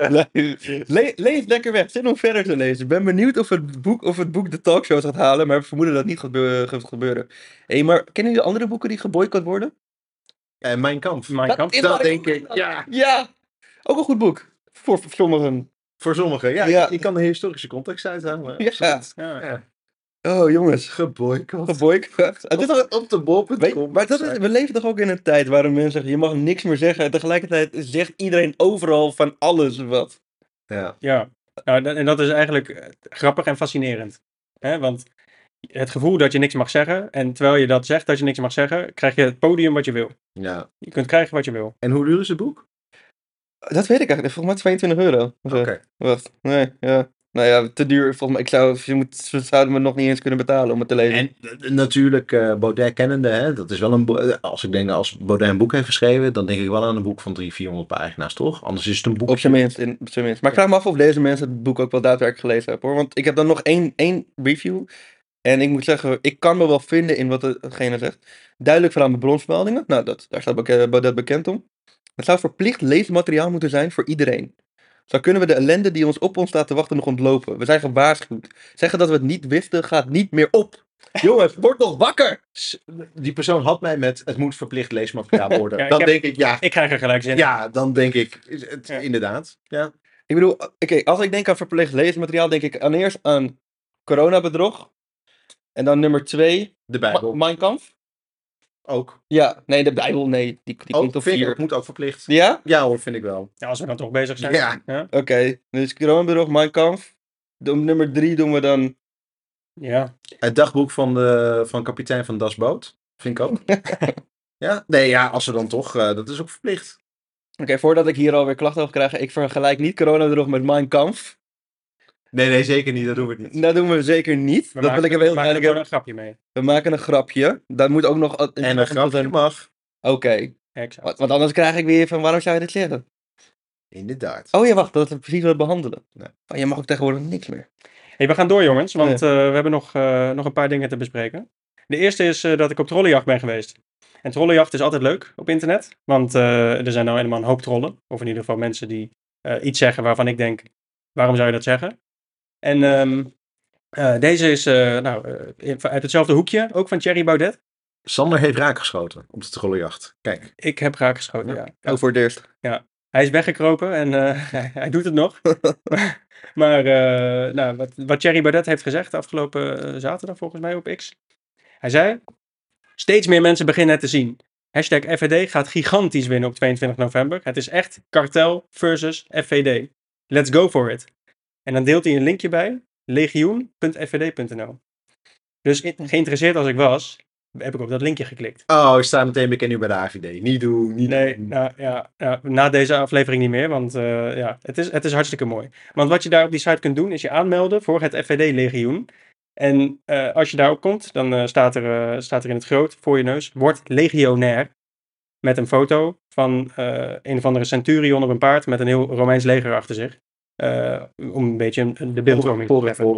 S2: Lees lekker weg, zit nog verder te lezen. Ik ben benieuwd of het boek de talkshows gaat halen, maar we vermoeden dat niet gaat gebeuren. Hé, maar kennen jullie andere boeken die geboycott worden?
S3: En Mijn Kamp.
S1: Mijn kamp.
S2: is
S3: Dat
S2: wat
S3: denk ik, ja.
S2: Ja, ook een goed boek. Voor sommigen.
S3: Voor sommigen, ja.
S2: Ja.
S3: Je kan de historische context uithalen.
S2: Ja.
S3: absoluut.
S1: Ja.
S3: Ja.
S2: Oh jongens,
S3: Geboycott.
S2: geboycott. Het is toch,
S3: Op de bol.com.
S2: maar we leven toch ook in een tijd waarin mensen zeggen, je mag niks meer zeggen. En tegelijkertijd zegt iedereen overal van alles wat.
S3: Ja.
S1: Ja. Nou, en dat is eigenlijk grappig en fascinerend. Want het gevoel dat je niks mag zeggen, en terwijl je dat zegt dat je niks mag zeggen, krijg je het podium wat je wil.
S3: Ja.
S1: Je kunt krijgen wat je wil.
S3: En hoe duur is het boek?
S2: Dat weet ik eigenlijk. Volgens mij €22. of zo.
S3: Oké.
S2: Wacht, nee, ja. Nou ja, te duur. Volgens mij, ze zouden me nog niet eens kunnen betalen om het te lezen.
S3: En natuurlijk, Baudet kennende, hè, dat is wel een als Baudet een boek heeft geschreven, dan denk ik wel aan een boek van 300-400 pagina's, toch? Anders is het een boek.
S2: Op zijn minst. Maar ik vraag me af of deze mensen het boek ook wel daadwerkelijk gelezen hebben, hoor. Want ik heb dan nog één review. En ik moet zeggen, ik kan me wel vinden in wat hetgene zegt. Duidelijk verhaal met bronsmeldingen. Nou, daar staat Baudet bekend om. Het zou verplicht leesmateriaal moeten zijn voor iedereen. Zo kunnen we de ellende die op ons staat te wachten nog ontlopen. We zijn gewaarschuwd. Zeggen dat we het niet wisten gaat niet meer op. Jongens, word nog wakker!
S3: Die persoon had mij met het moet verplicht leesmateriaal worden.
S1: Ja,
S3: Dan denk ik, ja,
S1: Ik krijg er gelijk zin in.
S3: ja, dan denk ik,
S1: Ja.
S3: inderdaad. Ja.
S2: Ik bedoel, oké, als ik denk aan verplicht leesmateriaal, denk ik eerst aan coronabedrog. En dan nummer 2,
S3: De Bijbel
S2: Mein Kampf.
S3: ook.
S2: Ja, nee, de Bijbel, nee. Die komt op
S3: vind ik
S2: 4.
S3: ook, moet ook verplicht.
S2: Ja?
S3: Ja hoor, vind ik wel.
S1: Ja, als we dan toch bezig zijn.
S3: Ja.
S2: Oké, dus coronabedrog, Mein Kampf. Nummer 3 doen we dan...
S1: Ja.
S3: Het dagboek van kapitein van Das Boot. Vind ik ook. Ja? Nee, ja, als we dan toch, dat is ook verplicht.
S2: Oké, voordat ik hier alweer klachten over krijg, ik vergelijk niet coronabedrog met Mein Kampf.
S3: Nee, zeker niet. Dat doen we het niet.
S2: Dat doen we zeker niet.
S1: We
S2: Dat wil ik even heel
S1: maken er
S2: duidelijk
S1: gewoon
S2: hebben.
S1: een grapje mee.
S2: We maken een grapje. Dat moet ook nog...
S3: En een grapje mag.
S2: Oké,
S1: Exact.
S2: want anders krijg ik weer van waarom zou je dit zeggen?
S3: Inderdaad.
S2: Oh ja, wacht, dat is precies wat we behandelen.
S3: Nee.
S2: Oh, je mag ook tegenwoordig niks meer.
S1: Hey, we gaan door jongens, want we hebben nog een paar dingen te bespreken. De eerste is dat ik op trollenjacht ben geweest. En trollenjacht is altijd leuk op internet, want er zijn nou helemaal een hoop trollen. Of in ieder geval mensen die iets zeggen waarvan ik denk, waarom zou je dat zeggen? En deze is uit hetzelfde hoekje, ook van Thierry Baudet.
S3: Sander heeft raak geschoten op de trollenjacht. Kijk.
S1: Ik heb raak geschoten, ja.
S2: Oh, voor het eerst.
S1: Hij is weggekropen en hij doet het nog. Maar wat Thierry Baudet heeft gezegd afgelopen zaterdag volgens mij op X. Hij zei, steeds meer mensen beginnen het te zien. Hashtag FVD gaat gigantisch winnen op 22 november. Het is echt kartel versus FVD. Let's go for it. En dan deelt hij een linkje bij, legioen.fvd.nl. Dus geïnteresseerd als ik was, heb ik op dat linkje geklikt.
S3: Oh, ik sta meteen bekend nu bij de AVD. Niet doen, niet
S1: Nee,
S3: doen.
S1: nou ja, na deze aflevering niet meer, want het is hartstikke mooi. Want wat je daar op die site kunt doen, is je aanmelden voor het FVD-legioen. En als je daarop komt, dan staat er in het groot voor je neus, word legionair. Met een foto van een of andere centurion op een paard met een heel Romeins leger achter zich. Om een beetje de beeldvorming te treffen.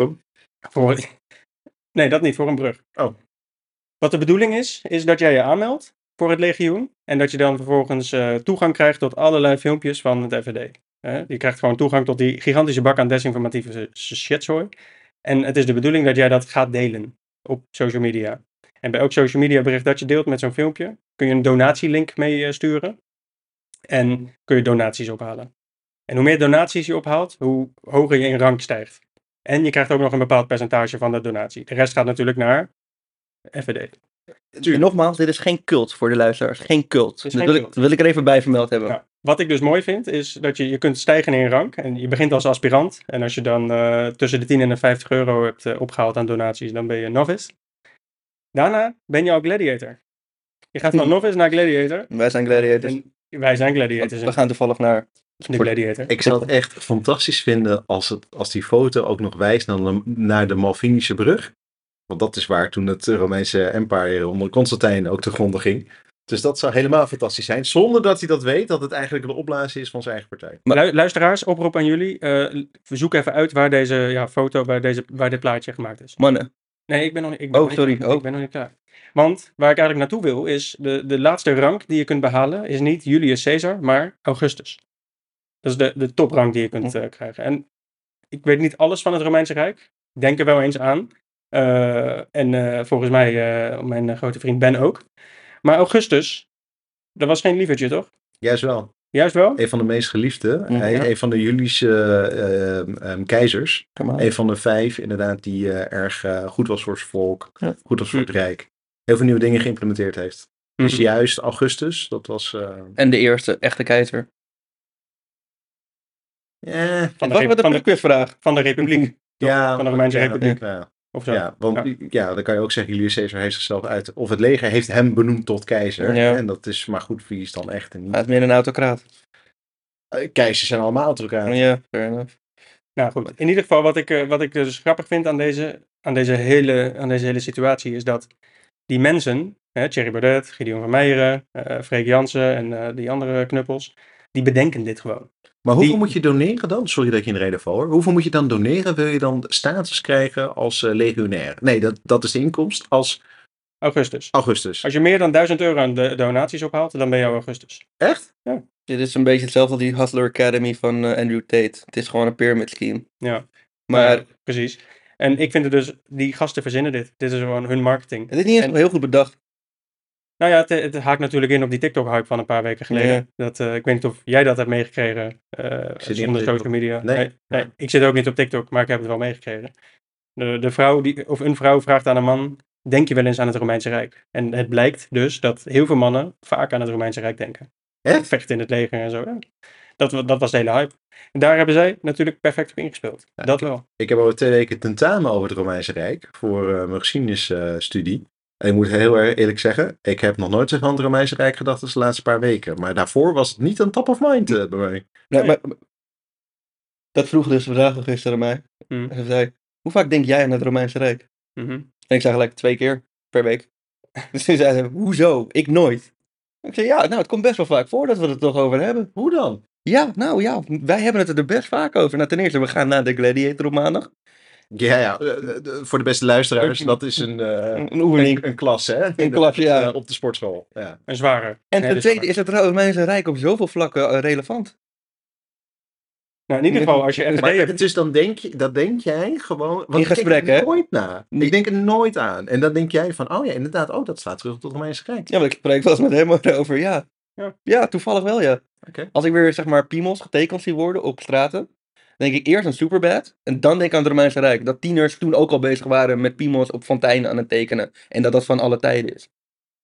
S1: Nee, dat niet, voor een brug.
S3: Oh.
S1: Wat de bedoeling is dat jij je aanmeldt voor het legioen. En dat je dan vervolgens toegang krijgt tot allerlei filmpjes van het FVD. Je krijgt gewoon toegang tot die gigantische bak aan desinformatieve shitzooi. En het is de bedoeling dat jij dat gaat delen op social media. En bij elk social media bericht dat je deelt met zo'n filmpje, kun je een donatielink mee sturen. En kun je donaties ophalen. En hoe meer donaties je ophaalt, hoe hoger je in rank stijgt. En je krijgt ook nog een bepaald percentage van de donatie. De rest gaat natuurlijk naar FVD.
S2: En nogmaals, dit is geen cult voor de luisteraars. Geen cult.
S1: is
S2: Dat
S1: geen
S2: wil,
S1: cult.
S2: dat wil ik er even bij vermeld hebben.
S1: Ja. Wat ik dus mooi vind, is dat je kunt stijgen in rank. En je begint als aspirant. En als je dan tussen de 10 en de 50 euro hebt opgehaald aan donaties, dan ben je novice. Daarna ben je al gladiator. Je gaat van novice naar gladiator.
S2: Wij zijn gladiators.
S1: En wij zijn gladiators.
S2: We gaan toevallig naar...
S1: de gladiator.
S3: Ik zou het echt fantastisch vinden als die foto ook nog wijst naar de Malvinische brug. Want dat is waar toen het Romeinse Empire onder Constantijn ook te gronden ging. Dus dat zou helemaal fantastisch zijn. Zonder dat hij dat weet, dat het eigenlijk de opblazen is van zijn eigen partij.
S1: Luisteraars, oproep aan jullie. Zoek even uit waar deze foto, waar dit plaatje gemaakt is.
S2: Mannen.
S1: Nee, ik ben nog niet. Ik ben nog niet klaar. Want waar ik eigenlijk naartoe wil, is de laatste rank die je kunt behalen, is niet Julius Caesar, maar Augustus. Dat is de toprank die je kunt krijgen. En ik weet niet alles van het Romeinse Rijk. Ik denk er wel eens aan. Volgens mij mijn grote vriend Ben ook. Maar Augustus, dat was geen lievertje, toch?
S3: Juist wel.
S1: Juist wel?
S3: Een van de meest geliefde.
S2: Ja.
S3: Een van de Julische keizers.
S2: Come on.
S3: Een van de 5 inderdaad die erg goed was voor zijn volk.
S2: Ja.
S3: Goed was voor het Rijk. Heel veel nieuwe dingen geïmplementeerd heeft. Dus
S1: Mhm.
S3: juist Augustus, dat was...
S2: En de eerste echte keizer.
S1: Van
S2: Wat wordt de quizvraag?
S1: Van de Republiek.
S3: ja,
S1: Van de Romeinse Republiek.
S3: Ja,
S1: Of zo.
S3: ja, want ja, dan kan je ook zeggen, Julius Caesar heeft zichzelf uit... Of het leger heeft hem benoemd tot keizer.
S2: Ja.
S3: En dat is maar goed, wie is dan echt en niet.
S2: Hij is meer een autocraat.
S3: Keizers zijn allemaal autocraten.
S2: Ja, fair enough.
S1: Nou goed, in ieder geval wat ik dus grappig vind aan deze hele situatie is dat die mensen, Thierry Baudet, Gideon van Meijeren, Freek Jansen en die andere knuppels, die bedenken dit gewoon.
S3: Maar hoeveel
S1: Die-
S3: moet je doneren dan? Sorry dat ik je in de reden val hoor. Hoeveel moet je dan doneren? Wil je dan status krijgen als legionair? Nee, dat is de inkomst als
S1: Augustus.
S3: Augustus.
S1: Als je meer dan €1000 aan de donaties ophaalt, dan ben je augustus.
S3: Echt?
S2: Dit is een beetje hetzelfde als die Hustler Academy van Andrew Tate. Het is gewoon een pyramid scheme.
S1: Ja,
S2: Maar
S1: ja, precies. En ik vind het dus, die gasten verzinnen dit. Dit is gewoon hun marketing.
S2: het is niet eens
S1: En-
S2: heel goed bedacht.
S1: Nou ja, het haakt natuurlijk in op die TikTok-hype van een paar weken geleden.
S2: Ja.
S1: Dat, ik weet niet of jij dat hebt meegekregen
S3: zit niet
S1: zonder
S3: op
S1: social
S3: TikTok.
S1: media.
S3: Nee.
S1: Nee, ik zit ook niet op TikTok, maar ik heb het wel meegekregen. De vrouw of een vrouw vraagt aan een man, denk je wel eens aan het Romeinse Rijk? En het blijkt dus dat heel veel mannen vaak aan het Romeinse Rijk denken.
S3: Echt?
S1: Vechten in het leger en zo. Ja. Dat was de hele hype. En daar hebben zij natuurlijk perfect op ingespeeld.
S3: Ja,
S1: Dat wel.
S3: Ik heb over 2 weken tentamen over het Romeinse Rijk voor mijn geschiedenisstudie. En ik moet heel erg eerlijk zeggen, ik heb nog nooit zo van het Romeinse Rijk gedacht als de laatste paar weken. Maar daarvoor was het niet een top of mind bij mij.
S2: Nee,
S1: Nee.
S2: maar, dat vroeg dus vandaag nog gisteren aan mij.
S1: Hm.
S2: En ze zei, hoe vaak denk jij aan het Romeinse Rijk?
S1: Mhm.
S2: En ik zei gelijk 2 keer per week. Dus toen zei ze, hoezo? Ik nooit. Ik zei, ja, nou, het komt best wel vaak voor dat we het er toch over hebben.
S3: Hoe dan?
S2: Ja, nou ja, wij hebben het er best vaak over. Nou, ten eerste, we gaan naar de Gladiator op maandag.
S3: Ja, voor de beste luisteraars, dat is
S2: Een oefening.
S3: een klas, hè?
S2: Een klas, ja.
S3: Op de sportschool. Ja.
S1: Een zware.
S2: En
S1: Nee,
S2: ten
S1: dus
S2: tweede
S1: zwaar.
S2: is het Romeinse Rijk op zoveel vlakken relevant.
S1: Nou, in ieder geval, als je FVD
S3: Maar
S1: hebt...
S3: dus dan denk jij gewoon... Want
S2: In
S3: ik denk
S2: gesprek,
S3: er
S2: hè?
S3: nooit na.
S2: Nee.
S3: Ik denk er nooit aan. En dan denk jij van, oh ja, inderdaad, dat slaat terug op het Romeinse Rijk.
S2: Ja, maar ik spreek wel eens met hem over, ja.
S1: Ja.
S2: Ja, toevallig wel, ja.
S3: Oké.
S2: Als ik weer, zeg maar, piemels getekend zie worden op straten, dan denk ik eerst aan Superbad en dan denk ik aan het Romeinse Rijk. Dat tieners toen ook al bezig waren met piemels op fonteinen aan het tekenen. En dat dat van alle tijden is.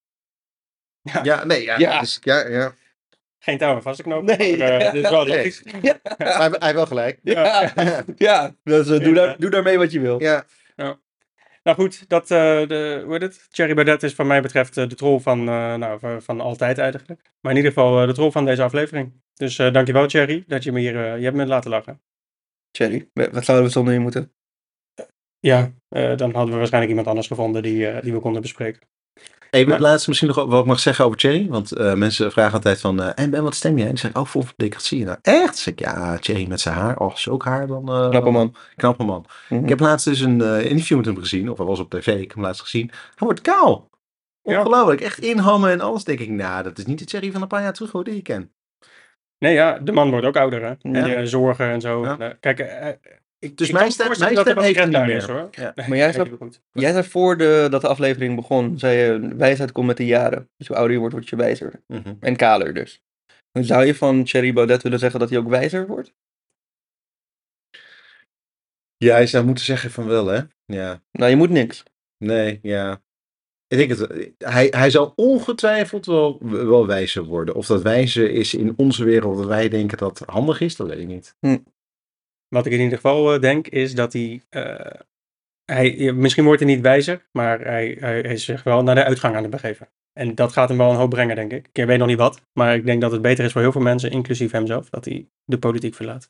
S3: Ja, nee, ja.
S2: Ja.
S3: Dus, ja.
S1: Geen touwen vastknopen.
S2: Nee.
S1: Maar, dit is wel
S3: Nee.
S1: logisch.
S2: Ja,
S3: Maar hij heeft wel gelijk.
S2: ja, ja. Dus doe daarmee wat je wil.
S3: Ja.
S1: Nou goed, hoe heet het? Thierry Baudet is van mij betreft de troll van altijd eigenlijk. Maar in ieder geval de troll van deze aflevering. Dus dankjewel Thierry, dat je me hier je hebt me laten lachen.
S2: Cherry, wat zouden we zonder je moeten?
S1: Ja, dan hadden we waarschijnlijk iemand anders gevonden die we konden bespreken.
S3: Even
S1: Maar-
S3: het laatste misschien nog wat ik mag zeggen over Thierry. Want mensen vragen altijd van, en Ben, wat stem jij? En dan zeg ik, Vorm van Democratie. Nou, echt? Dan zeg ik, ja, Thierry met zijn haar. Als je ook haar, dan...
S2: Knappe man.
S3: Knappe man.
S2: Mhm.
S3: Ik heb laatst dus een interview met hem gezien. Of hij was op tv, ik heb hem laatst gezien. Hij wordt kaal.
S1: Ja.
S3: Ongelooflijk. Echt inhammen en alles. Denk ik, nou, dat is niet de Thierry van een paar jaar terug hoor, die ik ken.
S1: Nee ja, de man wordt ook ouder hè.
S2: Ja.
S1: En zorgen en zo.
S3: Ja.
S1: Kijk,
S3: Dus
S1: ik
S3: mijn
S1: kan me
S3: stem
S1: voorstellen dat er wat
S3: heeft hij
S1: stress
S3: niet
S1: daar
S3: meer.
S1: is hoor.
S3: Ja.
S1: Nee,
S2: Maar jij
S1: nee,
S2: snapt-
S1: heel goed.
S2: Jij zei dat de aflevering begon, zei je, wijsheid komt met de jaren. Dus hoe ouder je wordt, word je wijzer.
S3: Mhm.
S2: En kaler dus. Zou je van Thierry Baudet willen zeggen dat hij ook wijzer wordt?
S3: Ja, je zou moeten zeggen van wel, hè? Ja.
S2: Nou, je moet niks.
S3: Nee, ja. Ik denk het. Hij zal ongetwijfeld wel wijzer worden. Of dat wijzer is in onze wereld, dat wij denken dat handig is, dat weet ik niet.
S1: Wat ik in ieder geval denk is dat misschien wordt hij niet wijzer, maar hij is zich wel naar de uitgang aan het begeven. En dat gaat hem wel een hoop brengen, denk ik. Ik weet nog niet wat, maar ik denk dat het beter is voor heel veel mensen, inclusief hemzelf, dat hij de politiek verlaat.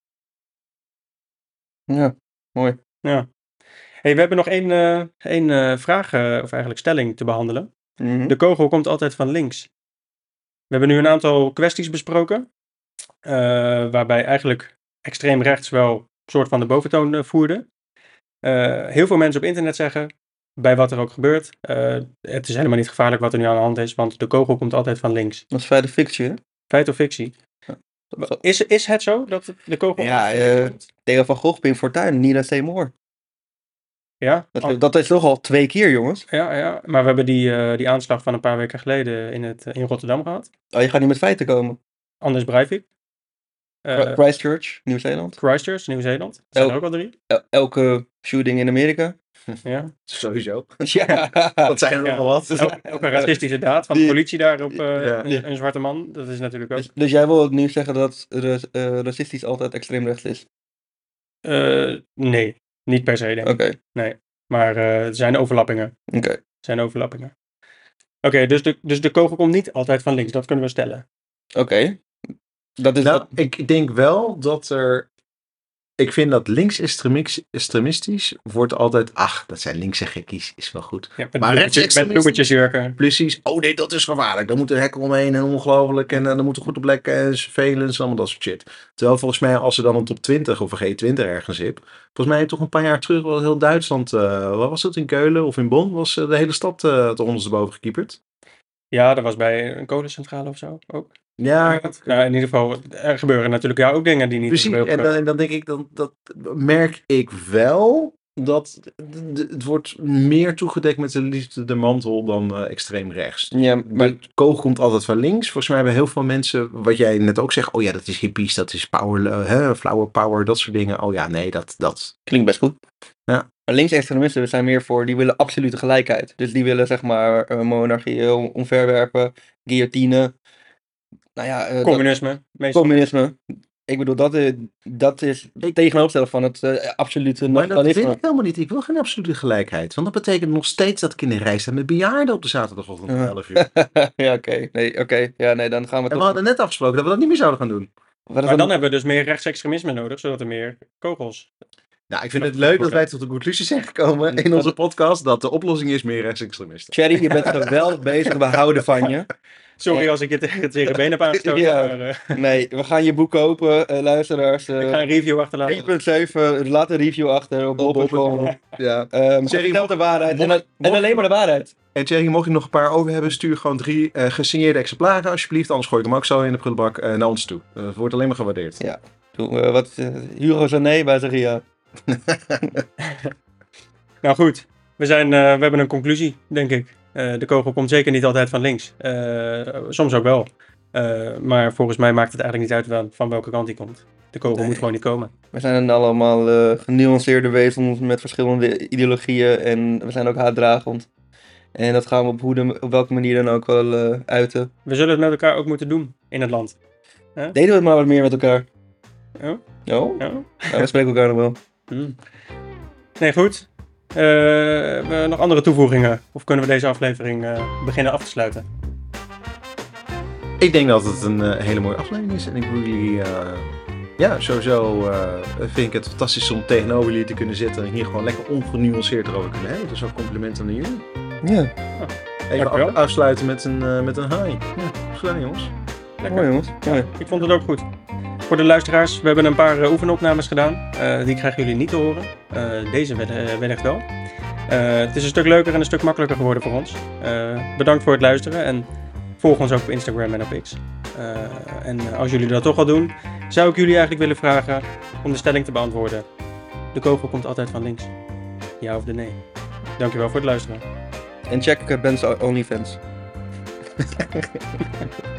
S2: Ja, mooi.
S1: Ja. Hey, we hebben nog één vraag, of eigenlijk stelling te behandelen.
S2: Mhm.
S1: De kogel komt altijd van links. We hebben nu een aantal kwesties besproken, waarbij eigenlijk extreem rechts wel een soort van de boventoon voerde. Heel veel mensen op internet zeggen, bij wat er ook gebeurt, het is helemaal niet gevaarlijk wat er nu aan de hand is, want de kogel komt altijd van links.
S2: Dat is feit of fictie, hè?
S1: Feit of fictie? Is het zo dat de kogel
S2: Ja,
S1: altijd van links komt?
S2: Theo van Gogh, Pim Fortuyn, Nina Seymour.
S1: Ja?
S2: Dat is toch al 2 keer, jongens.
S1: Ja, maar we hebben die aanslag van een paar weken geleden in Rotterdam gehad.
S2: Oh, je gaat niet met feiten komen.
S1: Anders Breivik.
S2: Christchurch, Nieuw-Zeeland.
S1: Christchurch, Nieuw-Zeeland. Dat zijn er ook al 3.
S2: Elke shooting in Amerika.
S1: Ja.
S3: Sowieso.
S2: Ja.
S3: Dat zijn er
S1: Ja.
S3: nogal wat.
S1: Elke racistische daad van de
S2: Die-
S1: politie daar op
S3: Ja.
S1: een zwarte man. Dat is natuurlijk ook...
S2: Dus jij wil nu zeggen dat racistisch altijd extreem rechts is?
S1: Nee, niet per se denk ik.
S2: Oké,
S1: Maar er zijn overlappingen. Oké, dus de kogel komt niet altijd van links. Dat kunnen we stellen.
S2: oké. Dat is
S3: Nou, ik denk wel dat er Ik vind dat links-extremistisch wordt altijd... Ach, dat zijn linkse gekkies, is wel goed.
S1: Ja,
S3: Maar
S1: met bloemetjesjurken.
S3: Precies. Oh nee, dat is gevaarlijk. Daar moet een hek omheen en ongelooflijk. En dan moet er goed op lekken en surveillance. Allemaal dat soort shit. Terwijl volgens mij als er dan een top 20 of een G20 ergens zit. Volgens mij toch een paar jaar terug was heel Duitsland. Wat was het? In Keulen of in Bonn was de hele stad tot ondersteboven gekieperd.
S1: Ja, dat was bij een kolencentrale of zo ook.
S3: Ja,
S1: Nou, in ieder geval, er gebeuren natuurlijk ook dingen die niet
S3: precies.
S1: gebeuren.
S3: En dan denk ik, dat merk ik wel. Dat het wordt meer toegedekt met de liefde de mantel dan extreem rechts.
S2: Ja, maar
S3: De kogel komt altijd van links. Volgens mij hebben heel veel mensen, wat jij net ook zegt, oh ja, dat is hippies, dat is power, flower power, dat soort dingen. Oh ja, nee, dat.
S2: klinkt best goed.
S3: Ja.
S2: Maar linksextremisten zijn meer voor, die willen absolute gelijkheid. Dus die willen zeg maar monarchie omverwerpen, guillotine. Nou ja,
S1: Communisme, meestal.
S2: communisme. Ik bedoel, dat is het tegenovergestelde van het absolute
S3: Maar dat wil
S2: nationalisme.
S3: ik helemaal niet. Ik wil geen absolute gelijkheid. Want dat betekent nog steeds dat ik in de rij sta met bejaarden op de zaterdagochtend om 11 uur.
S2: Ja, oké. Ja, nee, dan gaan we
S3: En we
S2: toch...
S3: hadden net afgesproken dat we dat niet meer zouden gaan doen.
S1: Maar dan hebben we dus meer rechtsextremisme nodig, zodat er meer kogels...
S3: Nou, ik vind het leuk dat wij tot de conclusie zijn gekomen in onze podcast dat de oplossing is meer rechtsextremisten.
S2: Cherry, je bent geweldig bezig. We houden van je.
S1: Sorry als ik je tegen het been heb aangestoten,
S2: Ja.
S1: maar
S2: Nee, we gaan je boek kopen, luisteraars.
S1: ik ga een review achterlaten.
S2: 1.7, laat een review achter op bol.com.
S3: Ja.
S2: Vertel de waarheid. En alleen maar de waarheid.
S3: En Thierry, mocht je nog een paar over hebben, stuur gewoon 3 gesigneerde exemplaren alsjeblieft. Anders gooi ik hem ook zo in de prullenbak naar ons toe. Het wordt alleen maar gewaardeerd.
S2: Ja. Hugo Zané bij Zaria.
S1: Nou goed, we hebben een conclusie, denk ik. De kogel komt zeker niet altijd van links. Soms ook wel. Maar volgens mij maakt het eigenlijk niet uit van welke kant die komt. De kogel moet gewoon niet komen.
S2: We zijn allemaal genuanceerde wezens met verschillende ideologieën. En we zijn ook haatdragend. En dat gaan we op welke manier dan ook wel uiten.
S1: We zullen het met elkaar ook moeten doen in het land.
S2: Deden we het maar wat meer met elkaar.
S1: Oh?
S2: Oh?
S1: Ja?
S2: Nou, we spreken elkaar nog wel.
S1: Nee, goed. Hebben we nog andere toevoegingen? Of kunnen we deze aflevering beginnen af te sluiten?
S3: Ik denk dat het een hele mooie aflevering is. En ik wil jullie... sowieso vind ik het fantastisch om tegenover jullie te kunnen zitten. En hier gewoon lekker ongenuanceerd erover kunnen hebben. Dus ook complimenten aan jullie.
S2: Ja.
S1: Dankjewel.
S3: Even afsluiten met een hi. Ja, gedaan jongens.
S2: Mooi jongens. Mooi.
S1: Ik vond het ook goed. Voor de luisteraars, we hebben een paar oefenopnames gedaan. Die krijgen jullie niet te horen. Deze wellicht wel. Het is een stuk leuker en een stuk makkelijker geworden voor ons. Bedankt voor het luisteren en volg ons ook op Instagram en op X. En als jullie dat toch al doen, zou ik jullie eigenlijk willen vragen om de stelling te beantwoorden. De kogel komt altijd van links. Ja of de nee? Dankjewel voor het luisteren.
S2: En check Ben's OnlyFans.